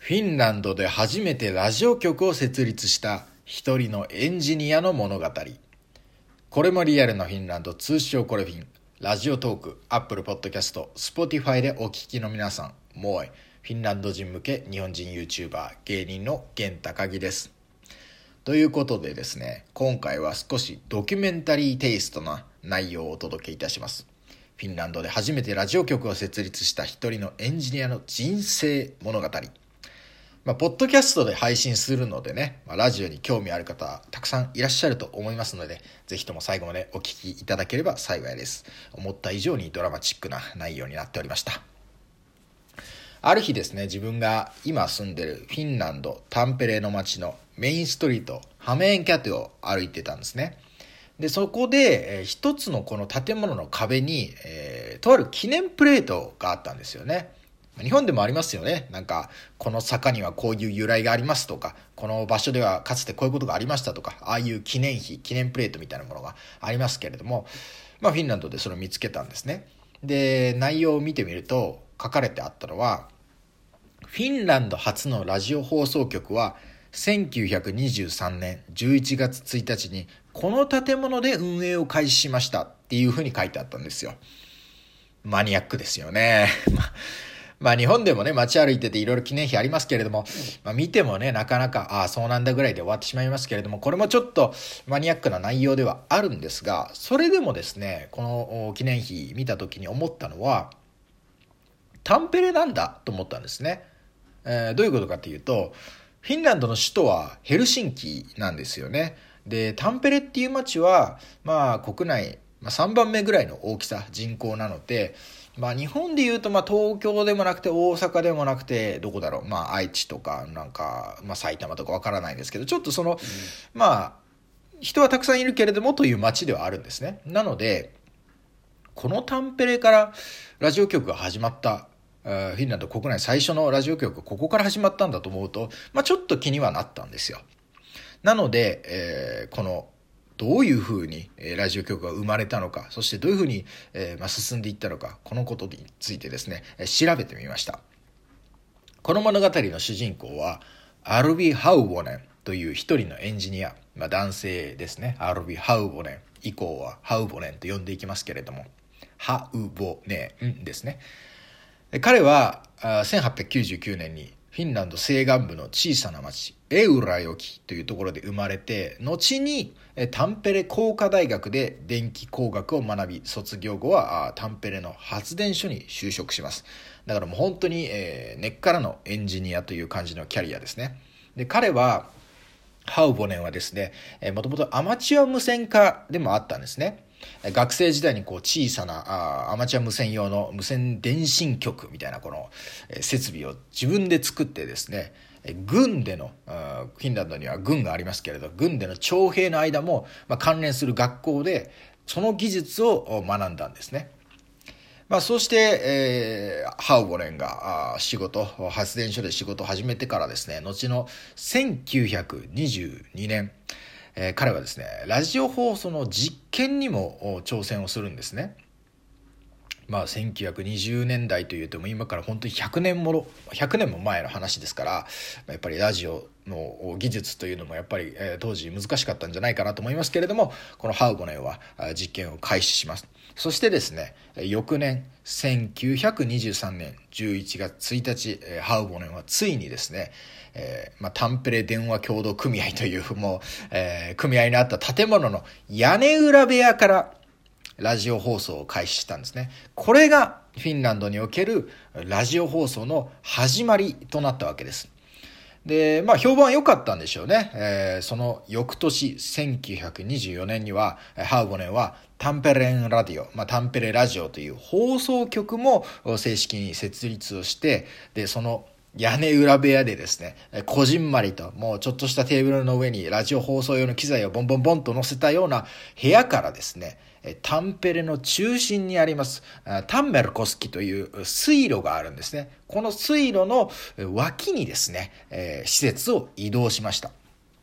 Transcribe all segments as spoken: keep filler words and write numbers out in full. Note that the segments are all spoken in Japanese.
フィンランドで初めてラジオ局を設立した一人のエンジニアの物語。これもリアルなフィンランド、通称コレフィン。ラジオトーク、アップルポッドキャスト、スポティファイでお聞きの皆さん、もうフィンランド人向け日本人 YouTuber、芸人の源高木です。ということでですね、今回は少しドキュメンタリーテイストな内容をお届けいたします。フィンランドで初めてラジオ局を設立した一人のエンジニアの人生物語。まあ、ポッドキャストで配信するのでね、まあ、ラジオに興味ある方たくさんいらっしゃると思いますので、ぜひとも最後までお聞きいただければ幸いです。思った以上にドラマチックな内容になっておりました。ある日ですね、自分が今住んでるフィンランドタンペレの街のメインストリートハメーンキャテを歩いてたんですね。でそこで、えー、一つのこの建物の壁に、えー、とある記念プレートがあったんですよね。日本でもありますよね。なんかこの坂にはこういう由来がありますとか、この場所ではかつてこういうことがありましたとか、ああいう記念碑、記念プレートみたいなものがありますけれども、まあフィンランドでそれを見つけたんですね。で内容を見てみると書かれてあったのは、フィンランド初のラジオ放送局はせんきゅうひゃくにじゅうさんねんじゅういちがつついたちにこの建物で運営を開始しましたっていうふうに書いてあったんですよ。マニアックですよね。まあ日本でもね、街歩いてていろいろ記念碑ありますけれども、まあ見てもね、なかなか、ああそうなんだぐらいで終わってしまいますけれども、これもちょっとマニアックな内容ではあるんですが、それでもですね、この記念碑見た時に思ったのは、タンペレなんだと思ったんですね。えー、どういうことかというと、フィンランドの首都はヘルシンキなんですよね。で、タンペレっていう街は、まあ国内、まあ、さんばんめぐらいの大きさ、人口なので、まあ日本で言うと、まあ東京でもなくて大阪でもなくて、どこだろう、まあ愛知とか、なんか、まあ埼玉とかわからないんですけど、ちょっとその、うん、まあ、人はたくさんいるけれどもという街ではあるんですね。なので、このタンペレからラジオ局が始まった、フィンランド国内最初のラジオ局がここから始まったんだと思うと、まあちょっと気にはなったんですよ。なので、えー、この、どういうふうにラジオ局が生まれたのか、そしてどういうふうに進んでいったのか、このことについてですね、調べてみました。この物語の主人公はアルビ・ハウボネンという一人のエンジニア、まあ、男性ですね。アルビ・ハウボネン以降はハウボネンと呼んでいきますけれども、ハウボネンですね。彼はせんはっぴゃくきゅうじゅうきゅうねんにフィンランド西岸部の小さな町エウラヨキというところで生まれて、後にタンペレ工科大学で電気工学を学び、卒業後はタンペレの発電所に就職します。だからもう本当に根っからのエンジニアという感じのキャリアですね。で彼はハウボネンはですね、もともとアマチュア無線化でもあったんですね。学生時代にこう小さなあアマチュア無線用の無線電信局みたいなこの設備を自分で作ってですね、軍でのフィンランドには軍がありますけれど、軍での徴兵の間も、まあ、関連する学校でその技術を学んだんですね。まあ、そして、えー、ハウボネンが仕事発電所で仕事を始めてからですね、後のせんきゅうひゃくにじゅうにねん、えー、彼はですねラジオ放送の実験にも挑戦をするんですね。まあせんきゅうひゃくにじゅうねんだいというとも今から本当にひゃくねんものひゃくねんも前の話ですから、やっぱりラジオの技術というのもやっぱり、えー、当時難しかったんじゃないかなと思いますけれども、このハウボネンは実験を開始します。そしてですね、翌年せんきゅうひゃくにじゅうさんねんじゅういちがつついたち、ハウボネンはついにですね、えーまあ、タンペレ電話協同組合というもう、えー、組合にあった建物の屋根裏部屋からラジオ放送を開始したんですね。これがフィンランドにおけるラジオ放送の始まりとなったわけです。で、まあ評判良かったんでしょうね。えー、その翌年せんきゅうひゃくにじゅうよねんにはハウボネンはタンペレンラディオ、まあ、タンペレラジオという放送局も正式に設立をして、でその屋根裏部屋でですね、こじんまりともうちょっとしたテーブルの上にラジオ放送用の機材をボンボンボンと乗せたような部屋からですね、タンペレの中心にありますタンメルコスキという水路があるんですね。この水路の脇にですね、えー、施設を移動しました。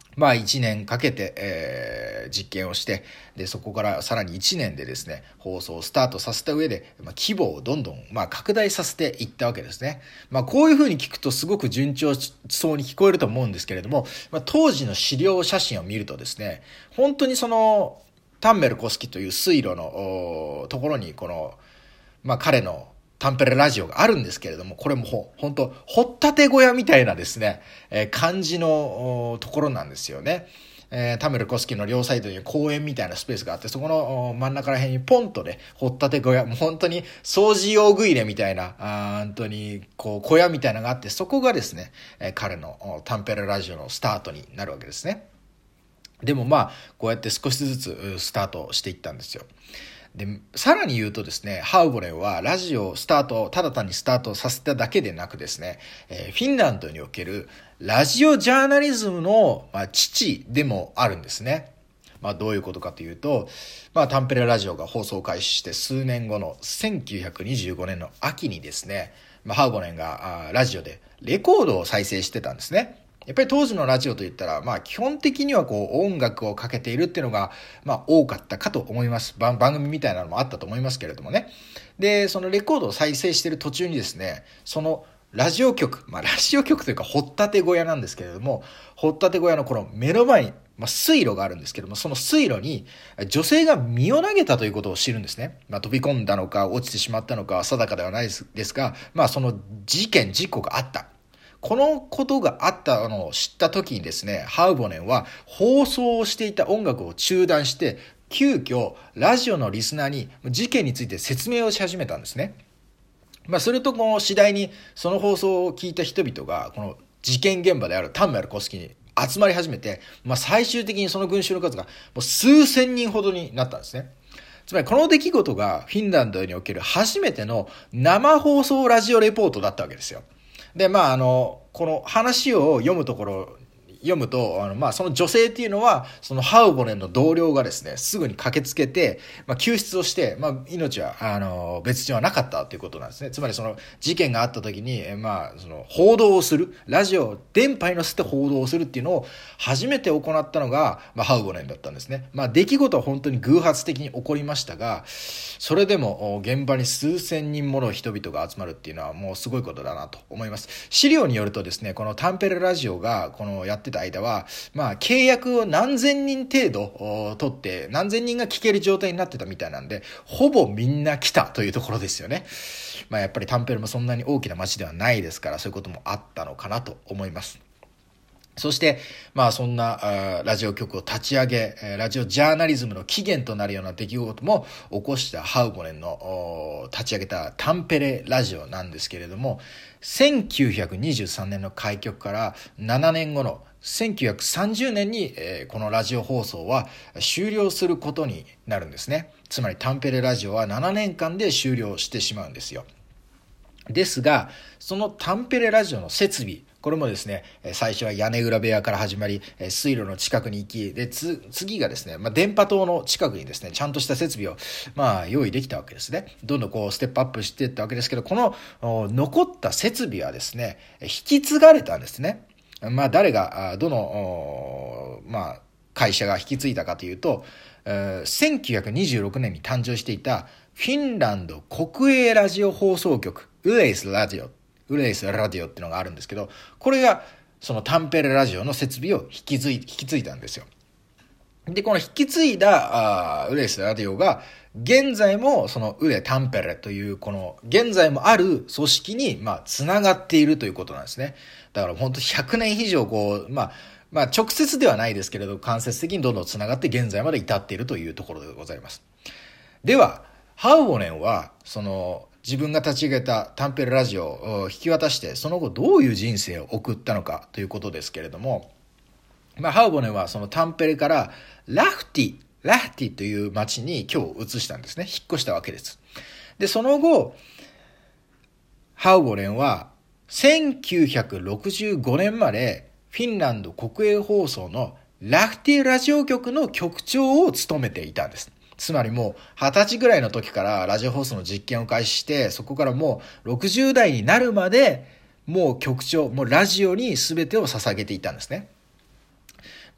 まあいちねんかけて、えー、実験をして、で、そこからさらにいちねんでですね、放送をスタートさせた上で、まあ、規模をどんどん、まあ、拡大させていったわけですね。まあこういうふうに聞くとすごく順調そうに聞こえると思うんですけれども、まあ、当時の資料写真を見るとですね、本当にその、タンメルコスキという水路のところに、この、まあ彼のタンペレラジオがあるんですけれども、これも本当掘ったて小屋みたいなですね、えー、感じのところなんですよね。えー、タメルコスキの両サイドに公園みたいなスペースがあって、そこの真ん中ら辺にポンとね、掘ったて小屋、もう本当に掃除用具入れみたいな、あ本当にこう小屋みたいなのがあって、そこがですね、えー、彼のタンペレラジオのスタートになるわけですね。でもまあ、こうやって少しずつスタートしていったんですよ。で、さらに言うとですね、ハウボレンはラジオスタート、ただ単にスタートさせただけでなくですね、えー、フィンランドにおけるラジオジャーナリズムの、まあ、父でもあるんですね。まあどういうことかというと、まあタンペレラジオが放送開始して数年後のせんきゅうひゃくにじゅうごねんの秋にですね、まあ、ハウボレンがあラジオでレコードを再生してたんですね。やっぱり当時のラジオといったら、まあ基本的にはこう音楽をかけているっていうのが、まあ多かったかと思います。番組みたいなのもあったと思いますけれどもね。で、そのレコードを再生している途中にですね、そのラジオ局、まあラジオ局というか掘ったて小屋なんですけれども、掘ったて小屋のこの目の前に、まあ、水路があるんですけども、その水路に女性が身を投げたということを知るんですね。まあ飛び込んだのか落ちてしまったのかは定かではないですが、まあその事件、事故があった。このことがあったのを知った時にですね、ハウボネンは放送をしていた音楽を中断して、急遽ラジオのリスナーに事件について説明をし始めたんですね。まあ、するとこの次第にその放送を聞いた人々がこの事件現場であるタンメルコスキに集まり始めて、まあ、最終的にその群衆の数がもう数千人ほどになったんですね。つまりこの出来事がフィンランドにおける初めての生放送ラジオレポートだったわけですよ。で、まあ、あの、この話を読むところ、読むと、あの、まあ、その女性っていうのは、そのハウボネンの同僚がですね、すぐに駆けつけて、まあ、救出をして、まあ、命は、あの、別状はなかったということなんですね。つまりその事件があった時に、まあ、その報道をする、ラジオ、電波に乗せて報道をするっていうのを初めて行ったのが、まあ、ハウボネンだったんですね。まあ、出来事は本当に偶発的に起こりましたが、それでも現場に数千人もの人々が集まるっていうのはもうすごいことだなと思います。資料によるとですね、このタンペレラジオがこのやってた間は、まあ契約を何千人程度取って何千人が聞ける状態になってたみたいなんで、ほぼみんな来たというところですよね。まあやっぱりタンペレもそんなに大きな街ではないですから、そういうこともあったのかなと思います。そして、まあそんなラジオ局を立ち上げ、ラジオジャーナリズムの起源となるような出来事も起こしたハウボネンの立ち上げたタンペレラジオなんですけれども、せんきゅうひゃくにじゅうさんねんの開局からななねんごのせんきゅうひゃくさんじゅうねんにこのラジオ放送は終了することになるんですね。つまりタンペレラジオはななねんかんで終了してしまうんですよ。ですが、そのタンペレラジオの設備、これもですね、最初は屋根裏部屋から始まり、水路の近くに行き、で、つ、次がですね、まあ、電波塔の近くにですね、ちゃんとした設備を、まあ、用意できたわけですね。どんどんこう、ステップアップしていったわけですけど、この、残った設備はですね、引き継がれたんですね。まあ、誰が、どの、まあ、会社が引き継いだかというと、せんきゅうひゃくにじゅうろくねんに誕生していた、フィンランド国営ラジオ放送局、ウレイスラジオ、ウレイスラジオっていうのがあるんですけど、これがそのタンペレラジオの設備を引き継い、引き継いだんですよ。で、この引き継いだあウレイスラジオが、現在もそのウレタンペレというこの現在もある組織にまあつながっているということなんですね。だから本当ひゃくねん以上こう、まあ、まあ直接ではないですけれど、間接的にどんどんつながって現在まで至っているというところでございます。では、ハウボネンは、その、自分が立ち上げたタンペレラジオを引き渡して、その後どういう人生を送ったのかということですけれども、まあ、ハウボネンはそのタンペレからラフティ、ラフティという町に今日移したんですね。引っ越したわけです。で、その後、ハウボネンはせんきゅうひゃくろくじゅうごねんまでフィンランド国営放送のラフティラジオ局の局長を務めていたんです。つまりもうはたちぐらいの時からラジオ放送の実験を開始して、そこからもうろくじゅう代になるまでもう局長、もうラジオに全てを捧げていたんですね。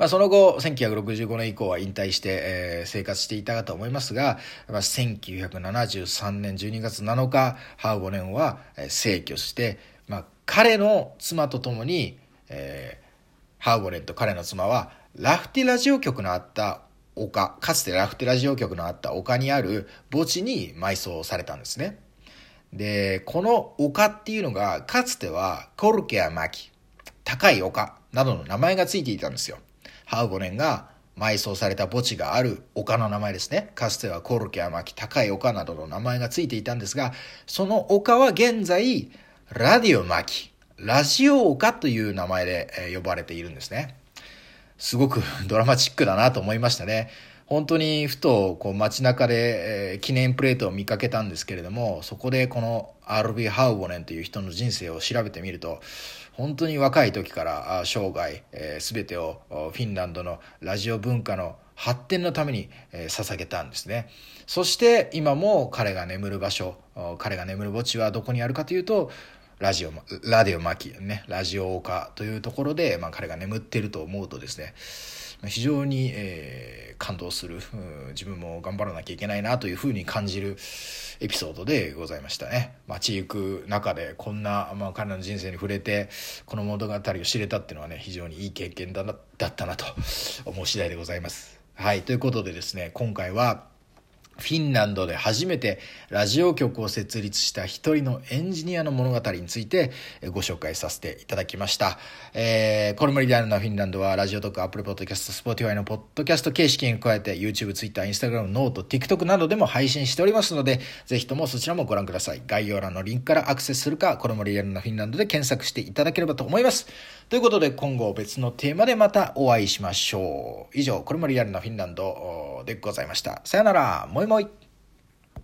まあ、その後せんきゅうひゃくろくじゅうごねん以降は引退して、えー、生活していたかと思いますが、まあ、せんきゅうひゃくななじゅうさんねんじゅうにがつなのかハーボネンは逝去して、まあ、彼の妻と共に、えー、ハーボネンと彼の妻はラフティラジオ局のあった丘、かつてラフティラジオ局のあった丘にある墓地に埋葬されたんですね。で、この丘っていうのがかつてはコルケアマキ、高い丘などの名前がついていたんですよ。ハーボネンが埋葬された墓地がある丘の名前ですね。かつてはコルケアマキ、高い丘などの名前がついていたんですが、その丘は現在ラディオマキ、ラジオ丘という名前で呼ばれているんですね。すごくドラマチックだなと思いましたね。本当にふとこう街中で、えー、記念プレートを見かけたんですけれども、そこでこのアールビー・ハーボネンという人の人生を調べてみると、本当に若い時から生涯、えー、全てをフィンランドのラジオ文化の発展のために、えー、捧げたんですね。そして今も彼が眠る場所、彼が眠る墓地はどこにあるかというと、ラジオ、ラディオマキね、ラジオ丘というところで、まあ、彼が眠っていると思うとですね、非常に、えー、感動する、自分も頑張らなきゃいけないなというふうに感じるエピソードでございましたね。街行く中でこんな、まあ、彼の人生に触れてこの物語を知れたっていうのはね、非常にいい経験だな、だったなと思う次第でございます。はい、ということでですね、今回はフィンランドで初めてラジオ局を設立した一人のエンジニアの物語についてご紹介させていただきました。えー、これもリアルなフィンランドはラジオとか Apple Podcast、Spotify のポッドキャスト形式に加えて YouTube、Twitter、Instagram、Note、TikTok などでも配信しておりますので、ぜひともそちらもご覧ください。概要欄のリンクからアクセスするか、これもリアルなフィンランドで検索していただければと思います。ということで今後別のテーマでまたお会いしましょう。以上、これもリアルなフィンランドでございました。さよなら、もいもい。